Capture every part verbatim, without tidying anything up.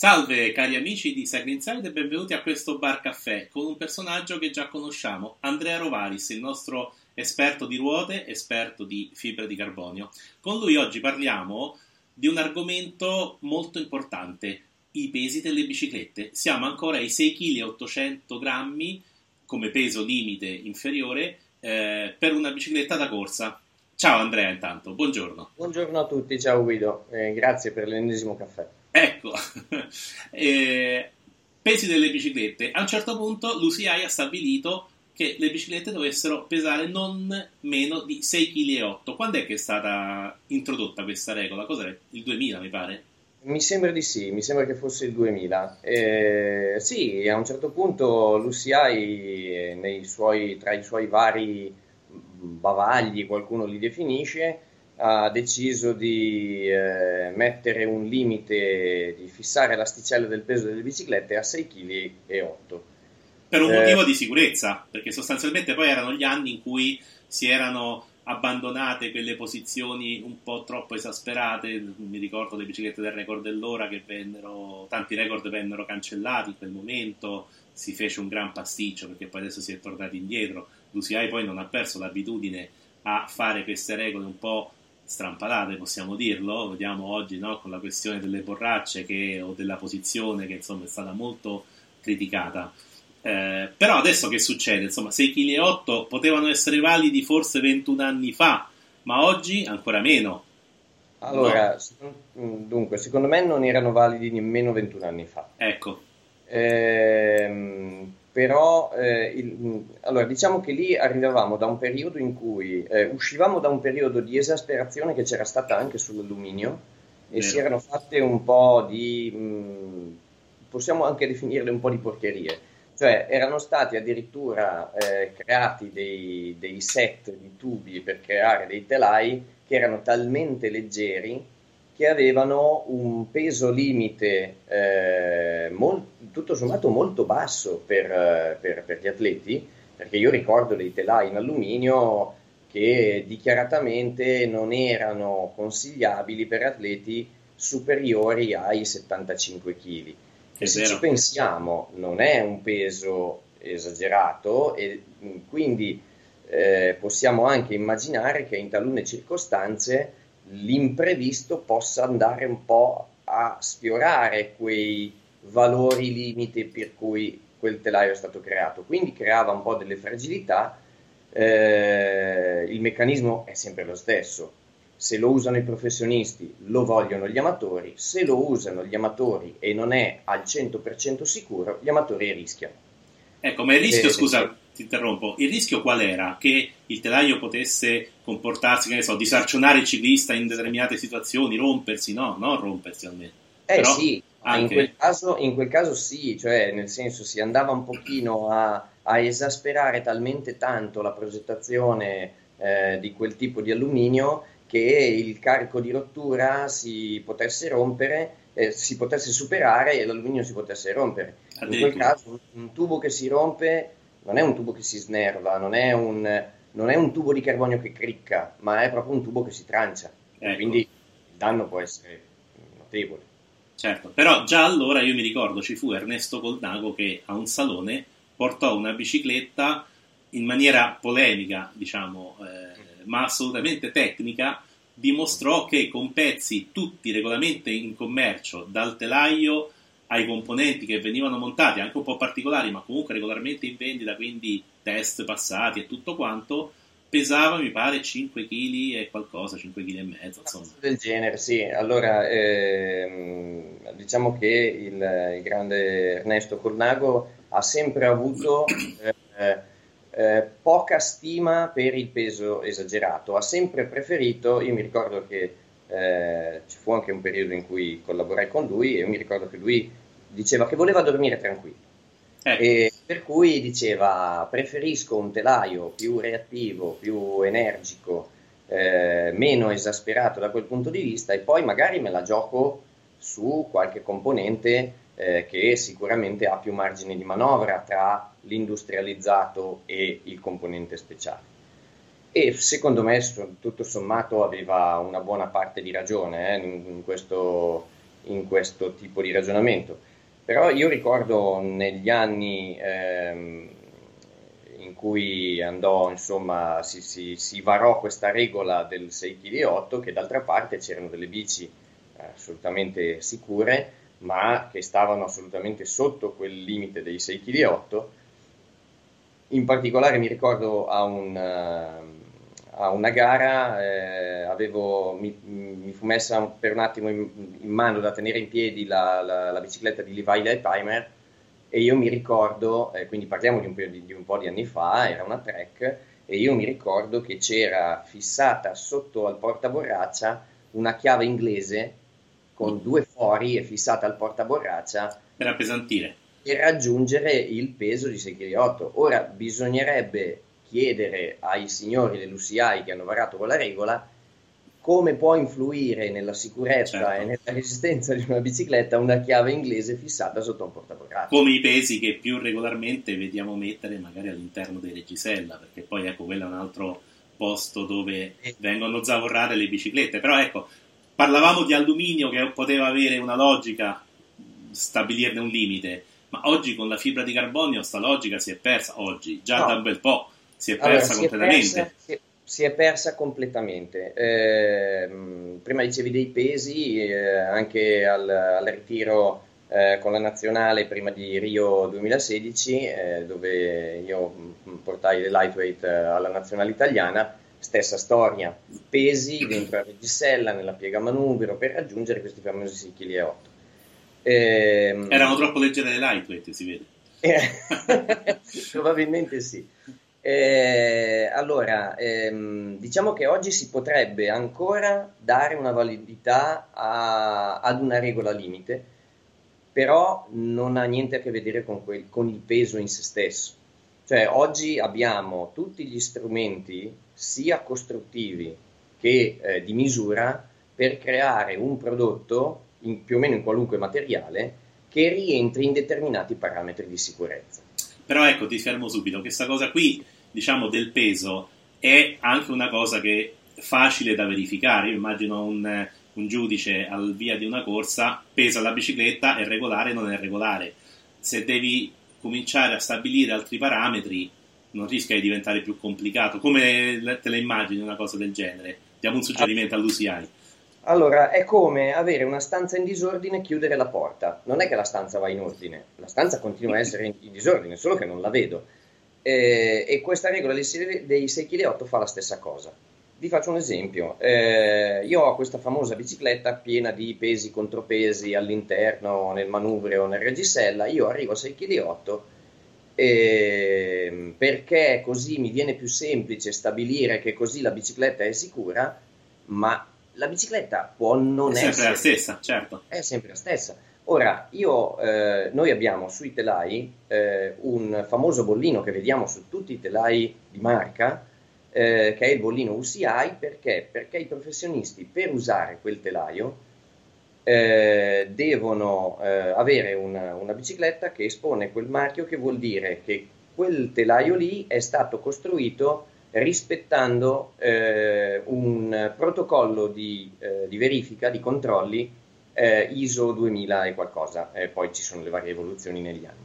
Salve cari amici di Cycle Inside e benvenuti a questo bar caffè con un personaggio che già conosciamo, Andrea Rovaris, il nostro esperto di ruote, esperto di fibra di carbonio. Con lui oggi parliamo di un argomento molto importante, i pesi delle biciclette. Siamo ancora ai sei chili e ottocento grammi come peso limite inferiore eh, per una bicicletta da corsa. Ciao Andrea intanto, buongiorno. Buongiorno a tutti, ciao Guido, eh, grazie per l'ennesimo caffè. Ecco, eh, pesi delle biciclette. A un certo punto l'U C I ha stabilito che le biciclette dovessero pesare non meno di sei chili e otto. Quando è che è stata introdotta questa regola? Cos'è? Il duemila mi pare? Mi sembra di sì, mi sembra che fosse il duemila. Eh, sì, a un certo punto l'U C I, eh, nei suoi, tra i suoi vari bavagli, qualcuno li definisce, ha deciso di eh, mettere un limite, di fissare l'asticella del peso delle biciclette a sei chili e otto. Per un Eh, motivo di sicurezza, perché sostanzialmente poi erano gli anni in cui si erano abbandonate quelle posizioni un po' troppo esasperate. Mi ricordo le biciclette del record dell'ora che vennero, tanti record vennero cancellati in quel momento, si fece un gran pasticcio perché poi adesso si è tornati indietro. L'U C I poi non ha perso l'abitudine a fare queste regole un po' strampalate, possiamo dirlo. Vediamo oggi, no, con la questione delle borracce che, o della posizione che insomma è stata molto criticata. Eh, però adesso che succede? Insomma, sei chili e otto potevano essere validi forse ventuno anni fa, ma oggi ancora meno. No, allora, secon- dunque, secondo me non erano validi nemmeno ventuno anni fa. ecco, Ehm, però, eh, il- allora, diciamo che lì arrivavamo da un periodo in cui eh, uscivamo da un periodo di esasperazione che c'era stata anche sull'alluminio e si vero. erano fatte un po' di, mh, possiamo anche definirle un po' di porcherie. Cioè, erano stati addirittura eh, creati dei, dei set di tubi per creare dei telai che erano talmente leggeri che avevano un peso limite eh, mol- tutto sommato molto basso per, eh, per- per gli atleti, perché io ricordo dei telai in alluminio che dichiaratamente non erano consigliabili per atleti superiori ai settantacinque chili. E È se ci vero. pensiamo, non è un peso esagerato e mh, quindi eh, possiamo anche immaginare che in talune circostanze l'imprevisto possa andare un po' a sfiorare quei valori limite per cui quel telaio è stato creato. Quindi creava un po' delle fragilità. Eh, il meccanismo è sempre lo stesso. Se lo usano i professionisti, lo vogliono gli amatori. Se lo usano gli amatori e non è al cento per cento sicuro, gli amatori rischiano. Ecco, ma il rischio, Eh, scusa, ti interrompo, il rischio qual era? Che il telaio potesse comportarsi, che ne so, disarcionare il ciclista in determinate situazioni, rompersi? No, non rompersi almeno. Eh Però sì, ma in quel anche, caso, in quel caso sì, cioè nel senso si andava un pochino a, a esasperare talmente tanto la progettazione eh, di quel tipo di alluminio che il carico di rottura si potesse rompere, eh, si potesse superare e l'alluminio si potesse rompere. In quel addirittura. caso un, un tubo che si rompe non è un tubo che si snerva, non è un, non è un tubo di carbonio che cricca, ma è proprio un tubo che si trancia e quindi Ecco. il danno può essere notevole. Certo, però già allora io mi ricordo ci fu Ernesto Colnago che a un salone portò una bicicletta in maniera polemica, diciamo, eh, ma assolutamente tecnica, dimostrò che con pezzi tutti regolarmente in commercio, dal telaio ai componenti che venivano montati, anche un po' particolari, ma comunque regolarmente in vendita, quindi test passati e tutto quanto, pesava, mi pare, cinque chili e qualcosa, cinque chili e mezzo, Una insomma. cosa del genere, sì. Allora, ehm, diciamo che il, il grande Ernesto Colnago ha sempre avuto eh, eh, poca stima per il peso esagerato. Ha sempre preferito, io mi ricordo che eh, ci fu anche un periodo in cui collaborai con lui e mi ricordo che lui diceva che voleva dormire tranquillo. Ecco, E per cui diceva: preferisco un telaio più reattivo, più energico, eh, meno esasperato da quel punto di vista, e poi magari me la gioco su qualche componente eh, che sicuramente ha più margini di manovra tra l'industrializzato e il componente speciale. E secondo me, so- tutto sommato, aveva una buona parte di ragione eh, in, in questo, in questo tipo di ragionamento. Però io ricordo negli anni ehm, in cui andò, insomma, si, si, si varò questa regola del sei virgola otto kg, che d'altra parte c'erano delle bici assolutamente sicure, ma che stavano assolutamente sotto quel limite dei sei virgola otto kg. In particolare mi ricordo a, un, a una gara, eh, avevo, mi, mi fu messa per un attimo in, in mano da tenere in piedi la, la, la bicicletta di Levi Leipheimer, e io mi ricordo, eh, quindi parliamo di un, di, di un po' di anni fa, era una Trek, e io mi ricordo che c'era fissata sotto al portaborraccia una chiave inglese con due fori e fissata al portaborraccia per appesantire, per raggiungere il peso di sei virgola otto kg. Ora bisognerebbe chiedere ai signori dell'U C I che hanno varato quella regola come può influire nella sicurezza certo. e nella resistenza di una bicicletta una chiave inglese fissata sotto un portaborraccia. Come i pesi che più regolarmente vediamo mettere magari all'interno dei reggisella, perché poi ecco, quello è un altro posto dove eh. vengono zavorrate le biciclette. Però ecco, parlavamo di alluminio che poteva avere una logica, stabilirne un limite, ma oggi con la fibra di carbonio sta logica si è persa, oggi, già no. da un bel po', si è persa allora, completamente. Si è persa, si, è, si è persa completamente. Eh, prima dicevi dei pesi, eh, anche al, al ritiro eh, con la nazionale prima di Rio duemilasedici, eh, dove io portai le lightweight alla nazionale italiana, stessa storia, pesi dentro la reggisella, nella piega manubrio, per raggiungere questi famosi sei virgola otto kg. Eh, Erano troppo leggere le lightweight, si vede. Eh, probabilmente sì. Eh, allora, ehm, diciamo che oggi si potrebbe ancora dare una validità a, ad una regola limite, però non ha niente a che vedere con, quel, con il peso in se stesso. Cioè, oggi abbiamo tutti gli strumenti, sia costruttivi che eh, di misura, per creare un prodotto in, più o meno in qualunque materiale che rientri in determinati parametri di sicurezza. Però ecco, ti fermo subito, questa cosa qui, diciamo, del peso è anche una cosa che è facile da verificare. Io immagino un, un giudice al via di una corsa, pesa la bicicletta, è regolare, non è regolare. Se devi cominciare a stabilire altri parametri, non rischia di diventare più complicato. Come te la immagini una cosa del genere? Diamo un suggerimento all'U C I. Allora, è come avere una stanza in disordine e chiudere la porta. Non è che la stanza va in ordine, la stanza continua a essere in, in disordine, solo che non la vedo. Eh, e questa regola dei sei virgola otto kg fa la stessa cosa. Vi faccio un esempio. Eh, io ho questa famosa bicicletta piena di pesi contropesi all'interno, nel manubrio, nel reggisella. Io arrivo a sei virgola otto kg eh, perché così mi viene più semplice stabilire che così la bicicletta è sicura, ma la bicicletta può non essere... È sempre la stessa, certo. È sempre la stessa. Ora, io, eh, noi abbiamo sui telai eh, un famoso bollino che vediamo su tutti i telai di marca, eh, che è il bollino U C I, perché? Perché i professionisti, per usare quel telaio, eh, devono eh, avere una, una bicicletta che espone quel marchio, che vuol dire che quel telaio lì è stato costruito rispettando eh, un protocollo di, eh, di verifica, di controlli eh, I S O duemila e qualcosa, eh, poi ci sono le varie evoluzioni negli anni.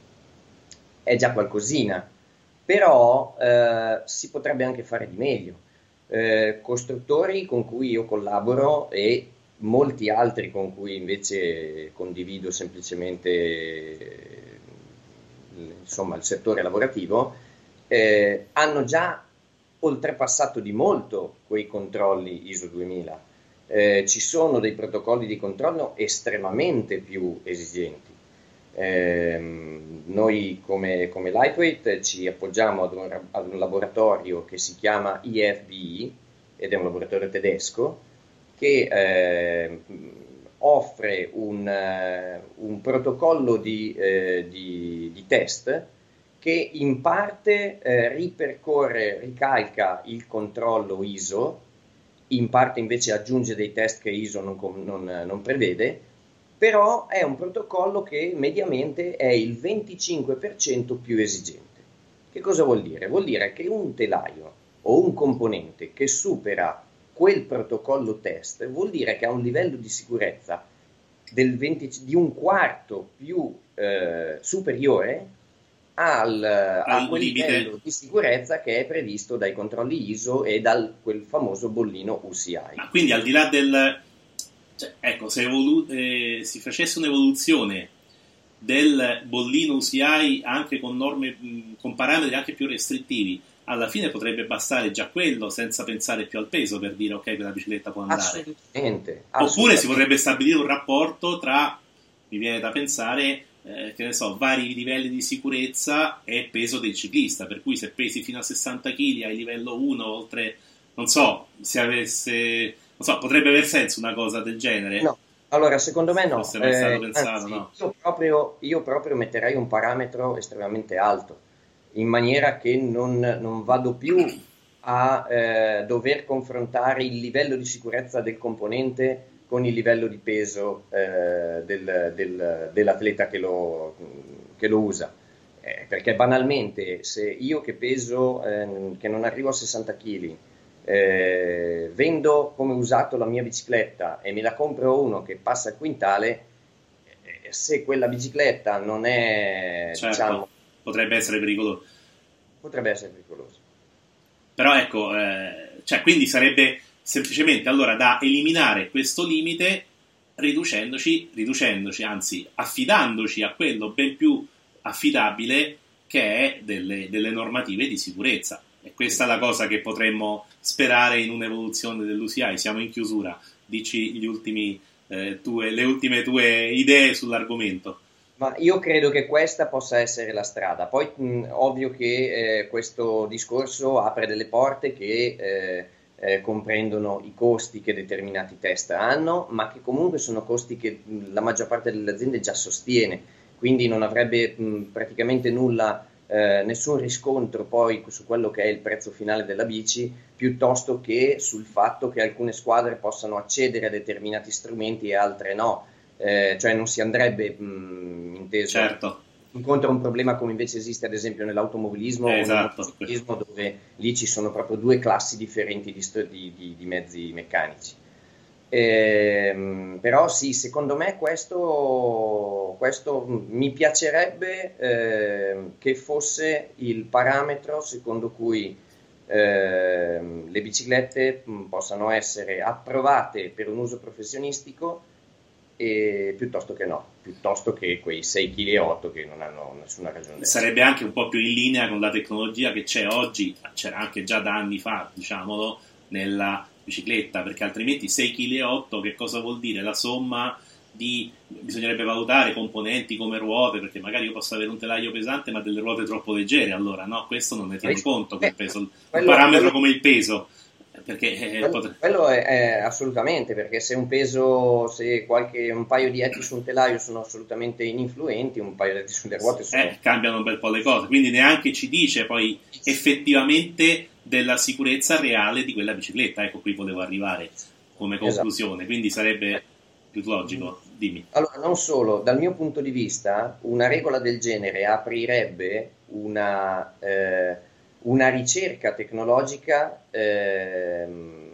È già qualcosina, però eh, si potrebbe anche fare di meglio. Eh, costruttori con cui io collaboro e molti altri con cui invece condivido semplicemente insomma il settore lavorativo, eh, hanno già oltrepassato di molto quei controlli I S O duemila. Eh, ci sono dei protocolli di controllo estremamente più esigenti. Eh, noi come, come Lightweight ci appoggiamo ad un, ad un laboratorio che si chiama I F B I ed è un laboratorio tedesco che eh, offre un, uh, un protocollo di, eh, di, di test che in parte eh, ripercorre, ricalca il controllo I S O, in parte invece aggiunge dei test che I S O non, non, non prevede, però è un protocollo che mediamente è il venticinque per cento più esigente. Che cosa vuol dire? Vuol dire che un telaio o un componente che supera quel protocollo test vuol dire che ha un livello di sicurezza del venti, di un quarto più eh, superiore al, al a quel limite. Livello di sicurezza che è previsto dai controlli I S O e dal quel famoso bollino U C I. Ma quindi al di là del... Cioè, ecco, se evolu- eh, si facesse un'evoluzione del bollino U C I anche con norme, con parametri anche più restrittivi, alla fine potrebbe bastare già quello senza pensare più al peso per dire ok, quella bicicletta può andare. Assolutamente, assolutamente. Oppure si potrebbe stabilire un rapporto tra, mi viene da pensare, eh, che ne so, vari livelli di sicurezza e peso del ciclista, per cui se pesi fino a sessanta chili hai livello uno, oltre, non so, se avesse, non so, potrebbe aver senso una cosa del genere? No. Allora, secondo me no. Fosse mai stato eh, pensato, anzi, no. Io proprio, io proprio metterei un parametro estremamente alto, in maniera che non, non vado più a eh, dover confrontare il livello di sicurezza del componente con il livello di peso eh, del, del, dell'atleta che lo, che lo usa. Eh, perché banalmente, se io che peso, eh, che non arrivo a sessanta chili, Eh, vendo come usato la mia bicicletta e me la compro uno che passa il quintale, eh, se quella bicicletta non è, certo, diciamo, potrebbe essere pericoloso. Potrebbe essere pericoloso. Però ecco, eh, cioè quindi sarebbe semplicemente allora da eliminare questo limite riducendoci, riducendoci, anzi affidandoci a quello ben più affidabile che è delle, delle normative di sicurezza. E questa è la cosa che potremmo sperare in un'evoluzione dell'U C I. Siamo in chiusura, dici gli ultimi, eh, tue, le ultime tue idee sull'argomento. Ma io credo che questa possa essere la strada. Poi mh, ovvio che eh, questo discorso apre delle porte che eh, eh, comprendono i costi che determinati test hanno, ma che comunque sono costi che mh, la maggior parte delle aziende già sostiene, quindi non avrebbe mh, praticamente nulla, eh, nessun riscontro poi su quello che è il prezzo finale della bici, piuttosto che sul fatto che alcune squadre possano accedere a determinati strumenti e altre no. Eh, cioè non si andrebbe mh, inteso certo. incontro a un problema come invece esiste ad esempio nell'automobilismo eh, o esatto. nel motociclismo, dove lì ci sono proprio due classi differenti di, sto- di, di, di mezzi meccanici. Eh, però sì, secondo me questo, questo mi piacerebbe eh, che fosse il parametro secondo cui eh, le biciclette mh, possano essere approvate per un uso professionistico, e piuttosto che no, piuttosto che quei sei virgola otto chili che non hanno nessuna ragione. Sarebbe anche un po' più in linea con la tecnologia che c'è oggi, c'era anche già da anni fa, diciamolo, nella bicicletta, perché altrimenti sei virgola otto chili che cosa vuol dire? La somma di, bisognerebbe valutare componenti come ruote, perché magari io posso avere un telaio pesante ma delle ruote troppo leggere, allora no, questo non ne tiene conto, quel peso, un parametro quello... come il peso. Perché eh, quello, pot- quello è, è assolutamente, perché se un peso, se qualche un paio di etti su un telaio sono assolutamente ininfluenti, un paio di etti sulle ruote sono... eh, cambiano un bel po' le cose, quindi neanche ci dice poi effettivamente della sicurezza reale di quella bicicletta. Ecco, qui volevo arrivare come conclusione, esatto. Quindi sarebbe più logico. Dimmi. Allora, non solo, dal mio punto di vista una regola del genere aprirebbe una eh, una ricerca tecnologica eh,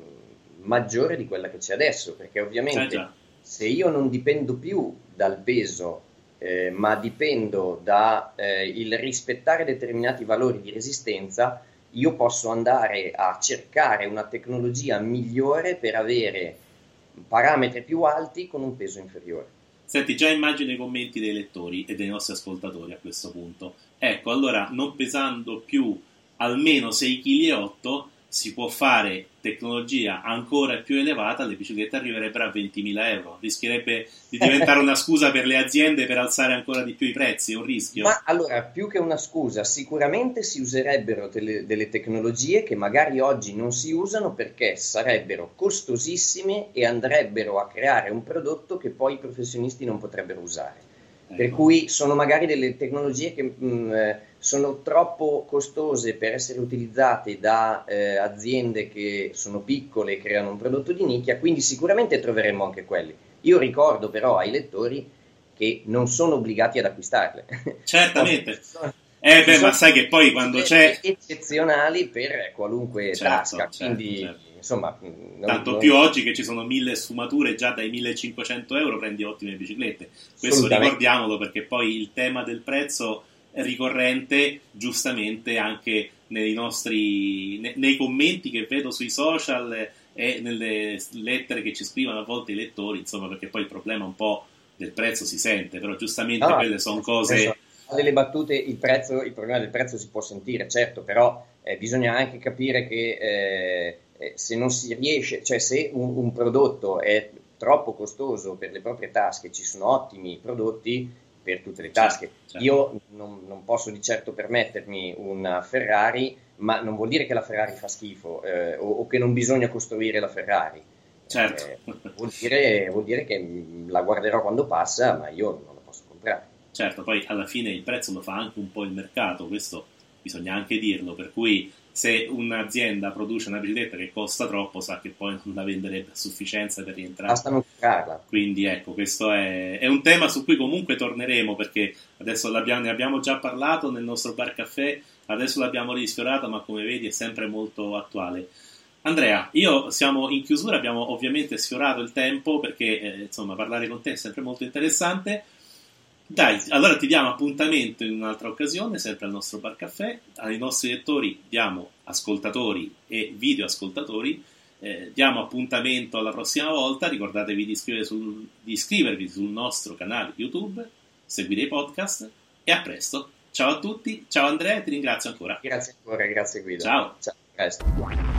maggiore di quella che c'è adesso, perché ovviamente ah, se io non dipendo più dal peso, eh, ma dipendo da eh, il rispettare determinati valori di resistenza, io posso andare a cercare una tecnologia migliore per avere parametri più alti con un peso inferiore. Senti, già immagino i commenti dei lettori e dei nostri ascoltatori a questo punto. Ecco, allora, non pesando più almeno sei virgola otto chili si può fare tecnologia ancora più elevata, le biciclette arriverebbero a ventimila euro. Rischierebbe di diventare una scusa per le aziende per alzare ancora di più i prezzi, è un rischio? Ma allora, più che una scusa, sicuramente si userebbero delle, delle tecnologie che magari oggi non si usano perché sarebbero costosissime e andrebbero a creare un prodotto che poi i professionisti non potrebbero usare. Per cui sono magari delle tecnologie che mh, sono troppo costose per essere utilizzate da eh, aziende che sono piccole e creano un prodotto di nicchia, quindi sicuramente troveremo anche quelli. Io ricordo però ai lettori che non sono obbligati ad acquistarle. Certamente. Eh beh, ma sai che poi quando c'è... eccezionali per qualunque certo, tasca, certo, quindi certo. insomma... Non, Tanto non... più oggi che ci sono mille sfumature, già dai millecinquecento euro prendi ottime biciclette. Questo ricordiamolo, perché poi il tema del prezzo è ricorrente, giustamente, anche nei nostri ne, nei commenti che vedo sui social e nelle lettere che ci scrivono a volte i lettori, insomma, perché poi il problema un po' del prezzo si sente, però giustamente no, quelle sono cose... Delle battute, il prezzo, il problema del prezzo si può sentire, certo, però eh, bisogna anche capire che eh, eh, se non si riesce, cioè se un, un prodotto è troppo costoso per le proprie tasche, ci sono ottimi prodotti per tutte le tasche. Certo, certo. Io non, non posso di certo permettermi una Ferrari, ma non vuol dire che la Ferrari fa schifo eh, o, o che non bisogna costruire la Ferrari. Certo. Eh, vuol dire, vuol dire che la guarderò quando passa, ma io non la posso comprare. Certo, poi alla fine il prezzo lo fa anche un po' il mercato, questo bisogna anche dirlo, per cui se un'azienda produce una bicicletta che costa troppo, sa che poi non la venderebbe a sufficienza per rientrare. Basta non comprarla. Quindi ecco, questo è, è un tema su cui comunque torneremo, perché adesso l'abbiamo, ne abbiamo già parlato nel nostro bar caffè, adesso l'abbiamo risfiorato, ma come vedi è sempre molto attuale. Andrea, io siamo in chiusura, abbiamo ovviamente sfiorato il tempo, perché eh, insomma parlare con te è sempre molto interessante. Dai, allora ti diamo appuntamento in un'altra occasione, sempre al nostro bar caffè. Ai nostri lettori diamo, ascoltatori e video ascoltatori, eh, diamo appuntamento alla prossima volta. Ricordatevi di, sul, di iscrivervi sul nostro canale YouTube, seguire i podcast e a presto. Ciao a tutti, ciao Andrea, ti ringrazio ancora. Grazie ancora, grazie Guido. Ciao. Ciao, a presto.